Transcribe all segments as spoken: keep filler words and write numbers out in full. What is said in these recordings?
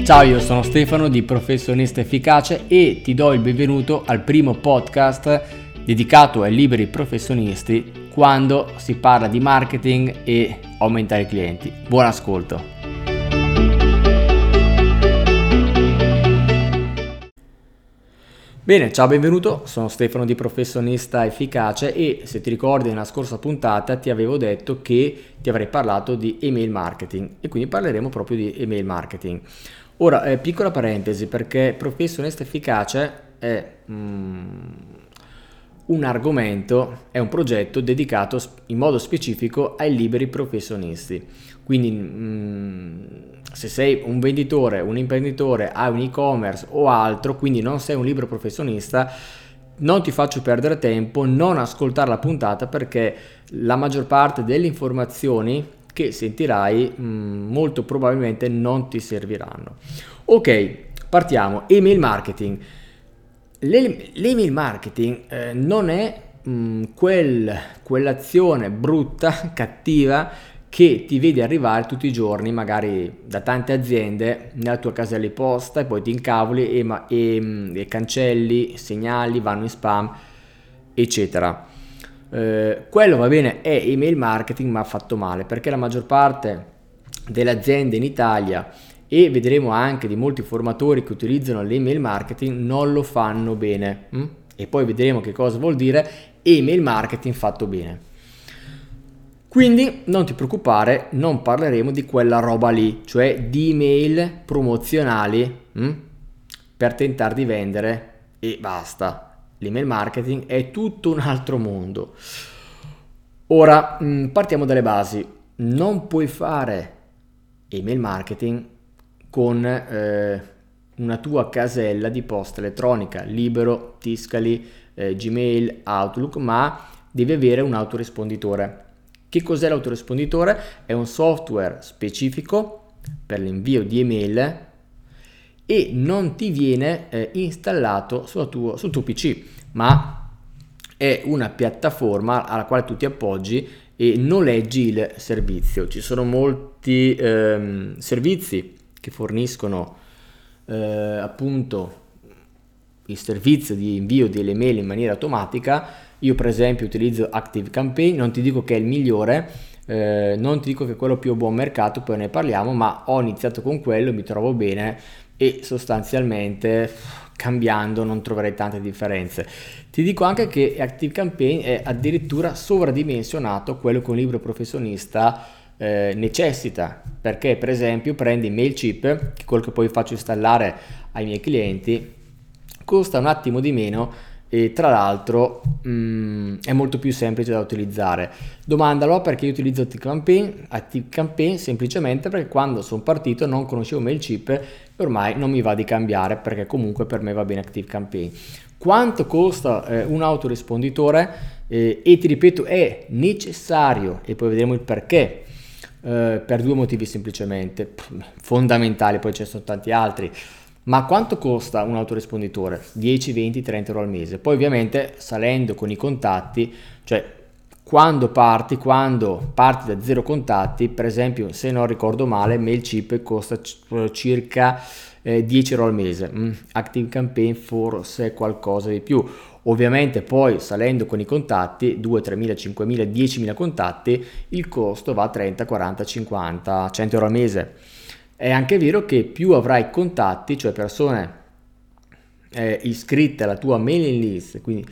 Ciao, io sono Stefano di Professionista Efficace e ti do il benvenuto al primo podcast dedicato ai liberi professionisti quando si parla di marketing e aumentare i clienti. Buon ascolto! Bene, ciao, benvenuto, sono Stefano di Professionista Efficace e se ti ricordi nella scorsa puntata ti avevo detto che ti avrei parlato di email marketing e quindi parleremo proprio di email marketing. Ora, eh, piccola parentesi, perché Professionista Efficace è mm, un argomento, è un progetto dedicato in modo specifico ai liberi professionisti. Quindi mm, se sei un venditore, un imprenditore, hai un e-commerce o altro, quindi non sei un libero professionista, non ti faccio perdere tempo, non ascoltare la puntata perché la maggior parte delle informazioni che sentirai mh, molto probabilmente non ti serviranno. Ok, partiamo. Email marketing. L'e- l'email marketing eh, non è mh, quel, quell'azione brutta, cattiva, che ti vedi arrivare tutti i giorni magari da tante aziende nella tua casella di posta e poi ti incavoli e, ma, e, e cancelli, segnali, vanno in spam, eccetera. Eh, quello va bene, è email marketing ma fatto male, perché la maggior parte delle aziende in Italia e vedremo anche di molti formatori che utilizzano l'email marketing non lo fanno bene hm? E poi vedremo che cosa vuol dire email marketing fatto bene. Quindi non ti preoccupare, non parleremo di quella roba lì, cioè di email promozionali hm? per tentare di vendere e basta. L'email marketing è tutto un altro mondo. Ora mh, partiamo dalle basi. Non puoi fare email marketing con eh, una tua casella di posta elettronica, Libero, Tiscali, eh, Gmail, Outlook, ma devi avere un autorisponditore. Che cos'è l'autorisponditore? È un software specifico per l'invio di email e non ti viene eh, installato sul tuo, sul tuo P C, ma è una piattaforma alla quale tu ti appoggi e noleggi il servizio. Ci sono molti ehm, servizi che forniscono eh, appunto il servizio di invio delle mail in maniera automatica. Io per esempio utilizzo ActiveCampaign, non ti dico che è il migliore, eh, non ti dico che è quello più a buon mercato, poi ne parliamo, ma ho iniziato con quello, mi trovo bene e sostanzialmente cambiando non troverei tante differenze. Ti dico anche che ActiveCampaign è addirittura sovradimensionato quello che un libero professionista eh, necessita, perché per esempio prendi Mailchimp, che è quello che poi faccio installare ai miei clienti, costa un attimo di meno e tra l'altro mh, è molto più semplice da utilizzare. Domandalo perché io utilizzo ActiveCampaign, ActiveCampaign semplicemente perché quando sono partito non conoscevo Mailchimp e ormai non mi va di cambiare perché comunque per me va bene ActiveCampaign. Quanto costa eh, un autorisponditore? Eh, e ti ripeto, è necessario e poi vedremo il perché. Eh, per due motivi semplicemente fondamentali, poi ce ne sono tanti altri. Ma quanto costa un autorisponditore? dieci, venti, trenta euro al mese. Poi ovviamente salendo con i contatti, cioè quando parti, quando parti da zero contatti, per esempio se non ricordo male Mailchimp costa c- circa eh, dieci euro al mese, mm, ActiveCampaign forse qualcosa di più. Ovviamente poi salendo con i contatti, due, tremila, cinquemila, diecimila contatti, il costo va a trenta, quaranta, cinquanta, cento euro al mese. È anche vero che più avrai contatti, cioè persone eh, iscritte alla tua mailing list, quindi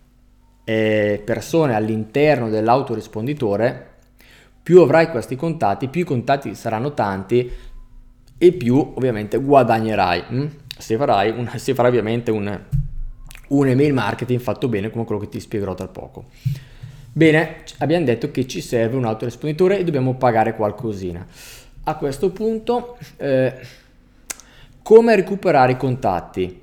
eh, persone all'interno dell'autorisponditore, più avrai questi contatti, più i contatti saranno tanti e più ovviamente guadagnerai hm? se farai, un, se farai ovviamente un, un email marketing fatto bene come quello che ti spiegherò tra poco. Bene, abbiamo detto che ci serve un autorisponditore e dobbiamo pagare qualcosina. A questo punto, eh, come recuperare i contatti?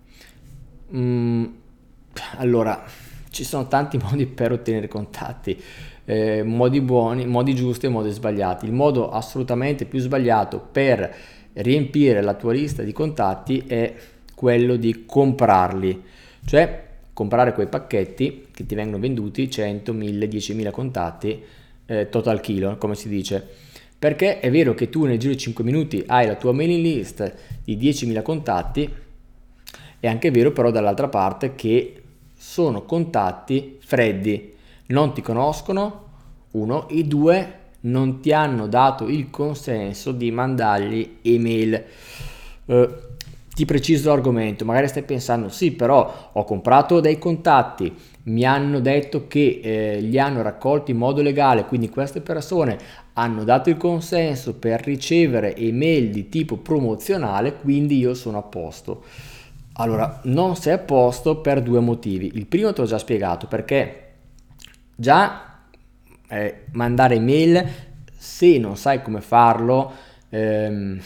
Mm, allora, ci sono tanti modi per ottenere contatti, eh, modi buoni, modi giusti e modi sbagliati. Il modo assolutamente più sbagliato per riempire la tua lista di contatti è quello di comprarli, cioè comprare quei pacchetti che ti vengono venduti cento, mille, diecimila contatti, eh, total kilo, come si dice. Perché è vero che tu nel giro di cinque minuti hai la tua mailing list di diecimila contatti, è anche vero però dall'altra parte che sono contatti freddi, non ti conoscono, uno, e due, non ti hanno dato il consenso di mandargli email. Eh, ti preciso l'argomento, magari stai pensando, sì, però ho comprato dei contatti, mi hanno detto che eh, li hanno raccolti in modo legale, quindi queste persone hanno dato il consenso per ricevere email di tipo promozionale, quindi io sono a posto. Allora, non sei a posto per due motivi. Il primo te l'ho già spiegato, perché già eh, mandare email, se non sai come farlo, ehm,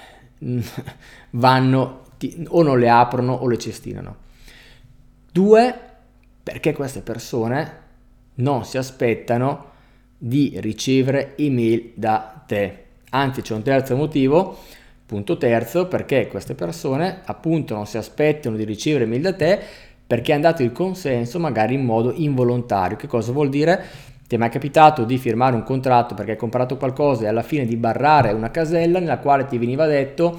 vanno ti, o non le aprono o le cestinano. Due, perché queste persone non si aspettano di ricevere email da te. Anzi, c'è un terzo motivo, punto terzo, perché queste persone appunto non si aspettano di ricevere email da te perché hanno dato il consenso magari in modo involontario. Che cosa vuol dire? Ti è mai capitato di firmare un contratto perché hai comprato qualcosa e alla fine di barrare una casella nella quale ti veniva detto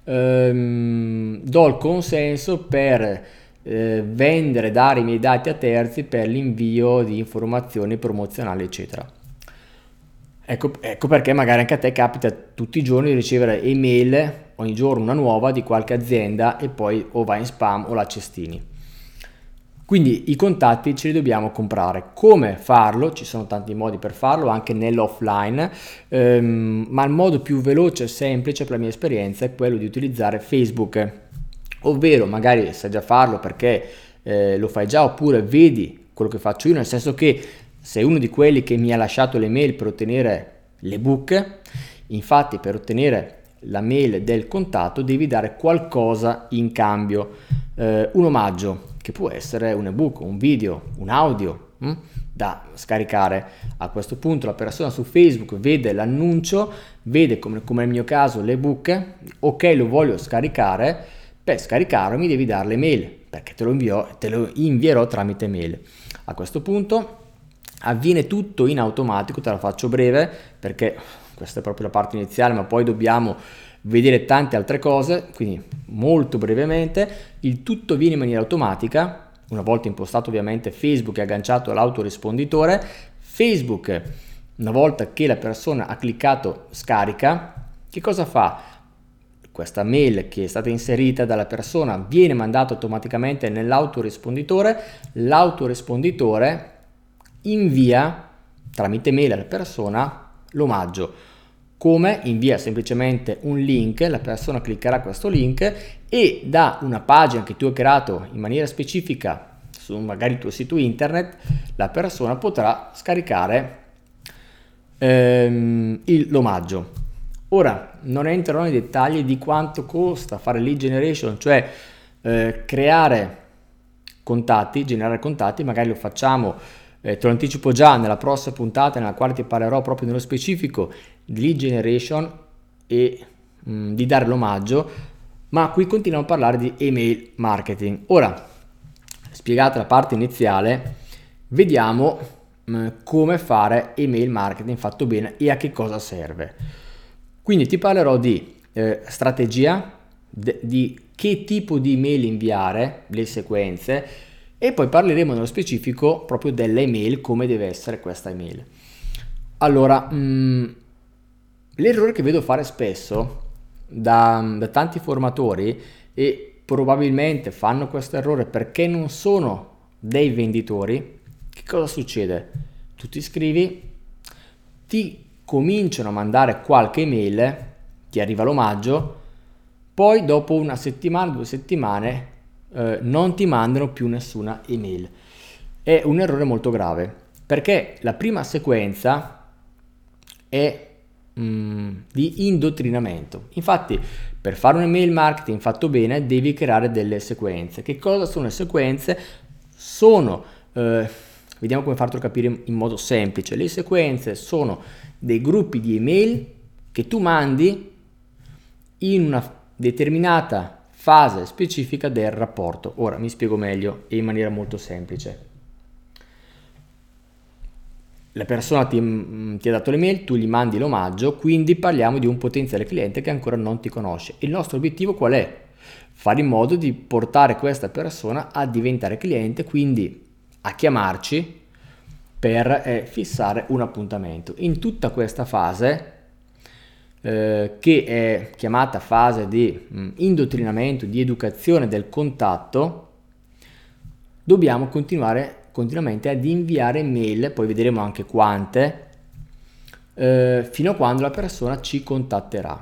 ehm, do il consenso per eh, vendere, dare i miei dati a terzi per l'invio di informazioni promozionali, eccetera. Ecco, ecco perché magari anche a te capita tutti i giorni di ricevere email, ogni giorno una nuova di qualche azienda e poi o va in spam o la cestini. Quindi i contatti ce li dobbiamo comprare. Come farlo? Ci sono tanti modi per farlo, anche nell'offline, ehm, ma il modo più veloce e semplice per la mia esperienza è quello di utilizzare Facebook, ovvero magari sai già farlo perché eh, lo fai già oppure vedi quello che faccio io, nel senso che sei uno di quelli che mi ha lasciato le mail per ottenere l'ebook. Infatti per ottenere la mail del contatto devi dare qualcosa in cambio, eh, un omaggio che può essere un ebook, un video, un audio hm, da scaricare. A questo punto la persona su Facebook vede l'annuncio, vede come, come nel mio caso l'ebook, ok, lo voglio scaricare. Per scaricarlo mi devi dare le mail perché te lo, invio, te lo invierò tramite mail. A questo punto avviene tutto in automatico, te la faccio breve perché questa è proprio la parte iniziale, ma poi dobbiamo vedere tante altre cose, quindi molto brevemente. Il tutto avviene in maniera automatica, una volta impostato ovviamente Facebook è agganciato all'autorisponditore. Facebook, una volta che la persona ha cliccato scarica, che cosa fa? Questa mail che è stata inserita dalla persona viene mandata automaticamente nell'autorisponditore, l'autorisponditore invia tramite mail alla persona l'omaggio. Come? Invia semplicemente un link, la persona cliccherà questo link e da una pagina che tu hai creato in maniera specifica su magari il tuo sito internet, la persona potrà scaricare ehm, il, l'omaggio. Ora non entrerò nei dettagli di quanto costa fare lead generation, cioè eh, creare contatti, generare contatti, magari lo facciamo. Eh, te lo anticipo già nella prossima puntata nella quale ti parlerò proprio nello specifico di lead generation e mh, di dare l'omaggio, ma qui continuiamo a parlare di email marketing. Ora, spiegata la parte iniziale, vediamo mh, come fare email marketing fatto bene e a che cosa serve. Quindi ti parlerò di eh, strategia, de- di che tipo di email inviare, le sequenze, e poi parleremo nello specifico proprio delle email, come deve essere questa email. Allora, mh, l'errore che vedo fare spesso da, da tanti formatori, e probabilmente fanno questo errore perché non sono dei venditori, che cosa succede? Tu ti iscrivi, ti cominciano a mandare qualche email, ti arriva l'omaggio, poi dopo una settimana, due settimane eh, non ti mandano più nessuna email. È un errore molto grave perché la prima sequenza è mm, di indottrinamento. Infatti, per fare un email marketing fatto bene devi creare delle sequenze. Che cosa sono le sequenze? Sono eh, vediamo come fartelo capire in modo semplice. Le sequenze sono dei gruppi di email che tu mandi in una determinata fase specifica del rapporto. Ora mi spiego meglio e in maniera molto semplice. la persona ti, mm, ti ha dato l'email, tu gli mandi l'omaggio, quindi parliamo di un potenziale cliente che ancora non ti conosce. Il nostro obiettivo qual è? Fare in modo di portare questa persona a diventare cliente, quindi a chiamarci per eh, fissare un appuntamento. In tutta questa fase, eh, che è chiamata fase di mh, indottrinamento, di educazione del contatto, dobbiamo continuare continuamente ad inviare mail, poi vedremo anche quante, eh, fino a quando la persona ci contatterà.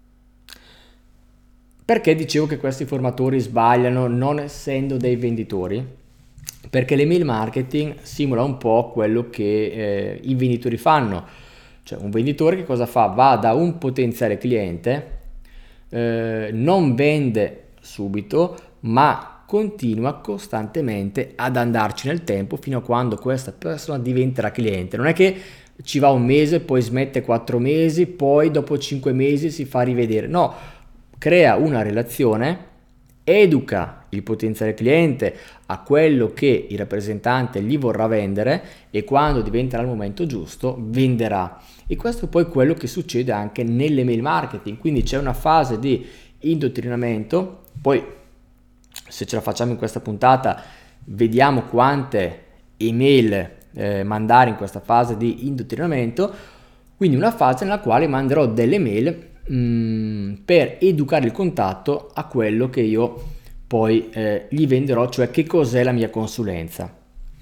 Perché dicevo che questi formatori sbagliano non essendo dei venditori? Perché l'email marketing simula un po' quello che eh, i venditori fanno. Cioè un venditore che cosa fa? Va da un potenziale cliente, eh, non vende subito, ma continua costantemente ad andarci nel tempo fino a quando questa persona diventerà cliente. Non è che ci va un mese, poi smette quattro mesi, poi dopo cinque mesi si fa rivedere. No, crea una relazione, educa il potenziale cliente a quello che il rappresentante gli vorrà vendere e quando diventerà il momento giusto venderà. E questo è poi quello che succede anche nell'email marketing, quindi c'è una fase di indottrinamento, poi se ce la facciamo in questa puntata vediamo quante email eh, mandare in questa fase di indottrinamento, quindi una fase nella quale manderò delle mail mh, per educare il contatto a quello che io poi eh, gli venderò, cioè che cos'è la mia consulenza.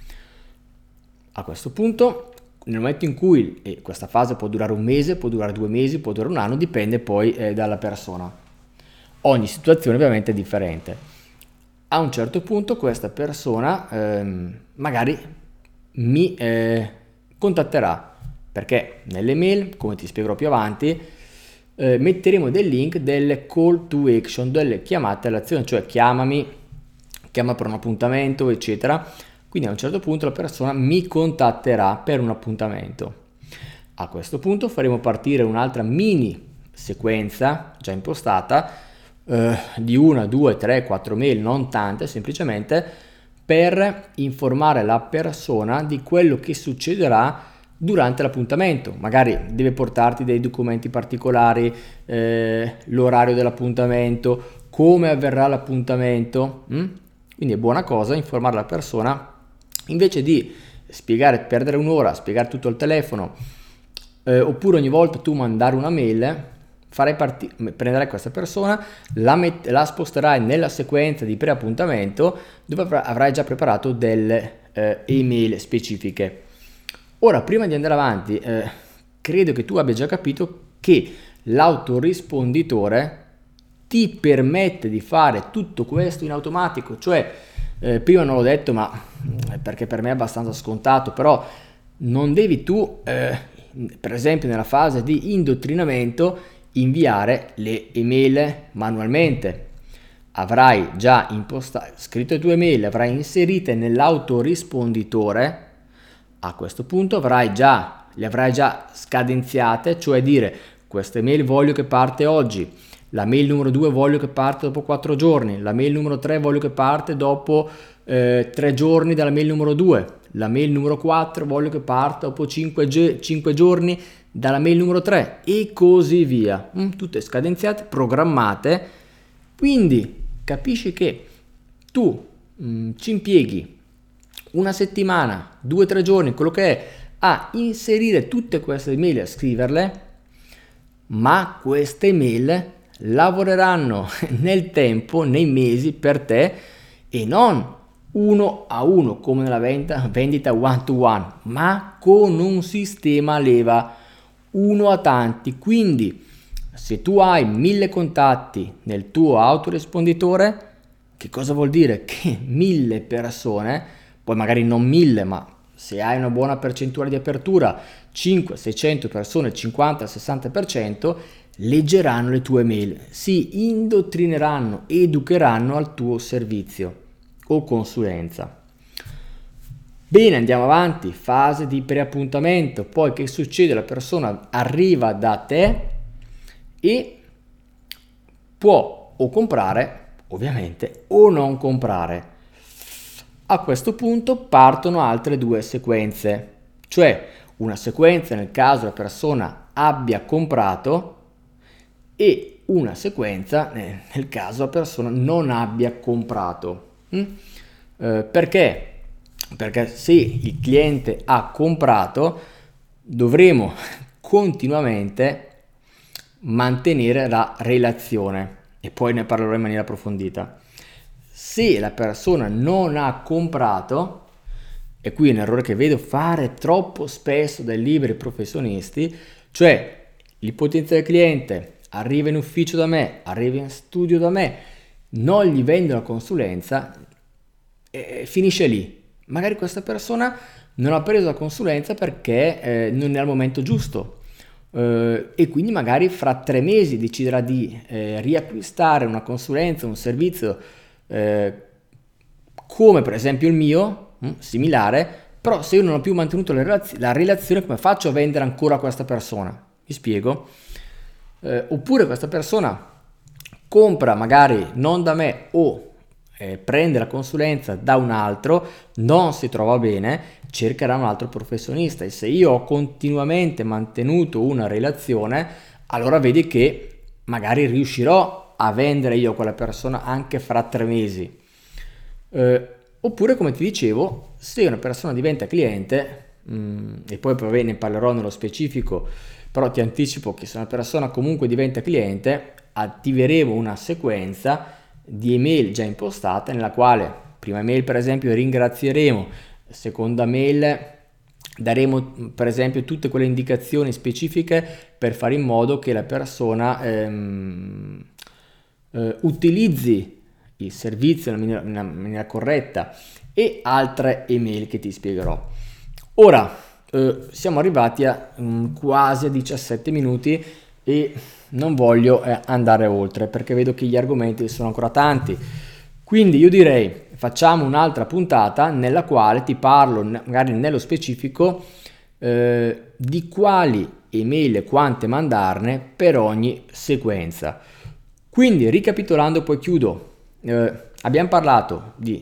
A questo punto, nel momento in cui e questa fase può durare un mese, può durare due mesi, può durare un anno, dipende poi eh, dalla persona. Ogni situazione ovviamente è differente. A un certo punto questa persona ehm, magari mi eh, contatterà, perché nelle mail, come ti spiegherò più avanti, eh, metteremo dei link, delle call to action, delle chiamate all'azione, cioè chiamami, chiama per un appuntamento, eccetera. Quindi a un certo punto la persona mi contatterà per un appuntamento. A questo punto faremo partire un'altra mini sequenza già impostata eh, di una, due, tre, quattro mail, non tante, semplicemente per informare la persona di quello che succederà durante l'appuntamento. Magari deve portarti dei documenti particolari, eh, l'orario dell'appuntamento, come avverrà l'appuntamento. hm? Quindi è buona cosa informare la persona, invece di spiegare, perdere un'ora a spiegare tutto al telefono, eh, oppure ogni volta tu mandare una mail, farei partire, prenderai questa persona, la, met- la sposterai nella sequenza di preappuntamento dove avr- avrai già preparato delle eh, email specifiche. Ora, prima di andare avanti, eh, credo che tu abbia già capito che l'autorisponditore ti permette di fare tutto questo in automatico, cioè eh, prima non l'ho detto, ma perché per me è abbastanza scontato, però non devi tu, eh, per esempio nella fase di indottrinamento, inviare le email manualmente. Avrai già impostato, scritto le tue email, avrai inserite nell'autorisponditore. A questo punto avrai già, le avrai già scadenziate, cioè dire questa email voglio che parte oggi, la mail numero due voglio che parte dopo quattro giorni, la mail numero tre voglio che parte dopo eh, tre giorni dalla mail numero due, la mail numero quattro voglio che parta dopo cinque giorni dalla mail numero tre e così via. Mm, tutte scadenziate, programmate, quindi capisci che tu mm, ci impieghi una settimana, due o tre giorni, quello che è, a inserire tutte queste email, a scriverle, ma queste email lavoreranno nel tempo, nei mesi per te e non uno a uno come nella vendita, vendita one to one, ma con un sistema a leva, uno a tanti. Quindi se tu hai mille contatti nel tuo autorisponditore, che cosa vuol dire? Che mille persone, poi magari non mille, ma se hai una buona percentuale di apertura, cinquecento seicento persone, cinquanta sessanta per cento, leggeranno le tue mail, si indottrineranno, educheranno al tuo servizio o consulenza. Bene, andiamo avanti, fase di preappuntamento. Poi che succede? La persona arriva da te e può o comprare, ovviamente, o non comprare. A questo punto partono altre due sequenze, cioè una sequenza nel caso la persona abbia comprato e una sequenza nel caso la persona non abbia comprato. Mm? Eh, perché? Perché se il cliente ha comprato dovremo continuamente mantenere la relazione e poi ne parlerò in maniera approfondita. Se la persona non ha comprato, e qui è un errore che vedo fare troppo spesso dai liberi professionisti, cioè il potenziale cliente arriva in ufficio da me, arriva in studio da me, non gli vendo la consulenza e finisce lì. Magari questa persona non ha preso la consulenza perché eh, non è al momento giusto eh, e quindi magari fra tre mesi deciderà di eh, riacquistare una consulenza, un servizio eh, come per esempio il mio, mh, similare, però se io non ho più mantenuto la, relaz- la relazione, come faccio a vendere ancora a questa persona? Mi spiego? Eh, oppure questa persona compra magari non da me o eh, prende la consulenza da un altro, non si trova bene, cercherà un altro professionista e se io ho continuamente mantenuto una relazione, allora vedi che magari riuscirò a vendere io a quella persona anche fra tre mesi. Eh, oppure come ti dicevo, se una persona diventa cliente, mh, e poi poi ne parlerò nello specifico, però ti anticipo che se una persona comunque diventa cliente, attiveremo una sequenza di email già impostata nella quale prima email per esempio ringrazieremo, seconda mail daremo per esempio tutte quelle indicazioni specifiche per fare in modo che la persona ehm, eh, utilizzi il servizio in una, maniera, in una maniera corretta e altre email che ti spiegherò. Ora eh, siamo arrivati a um, quasi a diciassette minuti e non voglio eh, andare oltre perché vedo che gli argomenti sono ancora tanti, quindi io direi facciamo un'altra puntata nella quale ti parlo magari nello specifico eh, di quali email e quante mandarne per ogni sequenza. Quindi ricapitolando poi chiudo, eh, abbiamo parlato di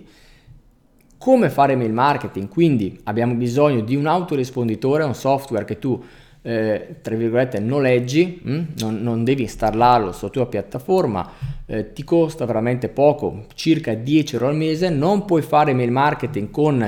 come fare email marketing, quindi abbiamo bisogno di un autorisponditore, un software che tu Eh, tra virgolette noleggi, hm? non, non devi installarlo sulla tua piattaforma, eh, ti costa veramente poco, circa dieci euro al mese, non puoi fare email marketing con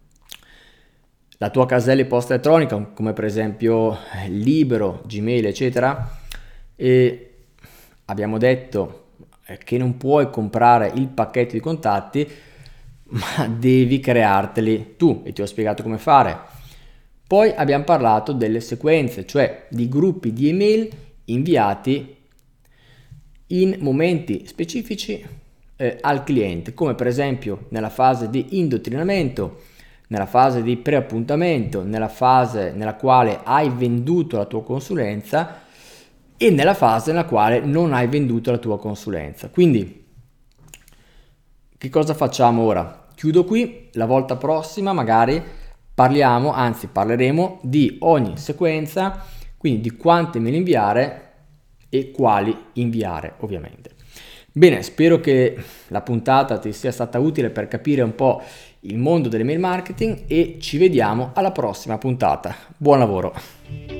la tua casella di posta elettronica come per esempio Libero, Gmail eccetera, e abbiamo detto che non puoi comprare il pacchetto di contatti ma devi crearteli tu e ti ho spiegato come fare. Poi abbiamo parlato delle sequenze, cioè di gruppi di email inviati in momenti specifici eh, al cliente, come per esempio nella fase di indottrinamento, nella fase di preappuntamento, nella fase nella quale hai venduto la tua consulenza e nella fase nella quale non hai venduto la tua consulenza. Quindi che cosa facciamo ora? Chiudo qui, la volta prossima magari parliamo, anzi parleremo di ogni sequenza, quindi di quante mail inviare e quali inviare ovviamente. Bene, spero che la puntata ti sia stata utile per capire un po' il mondo dell'email marketing e ci vediamo alla prossima puntata. Buon lavoro!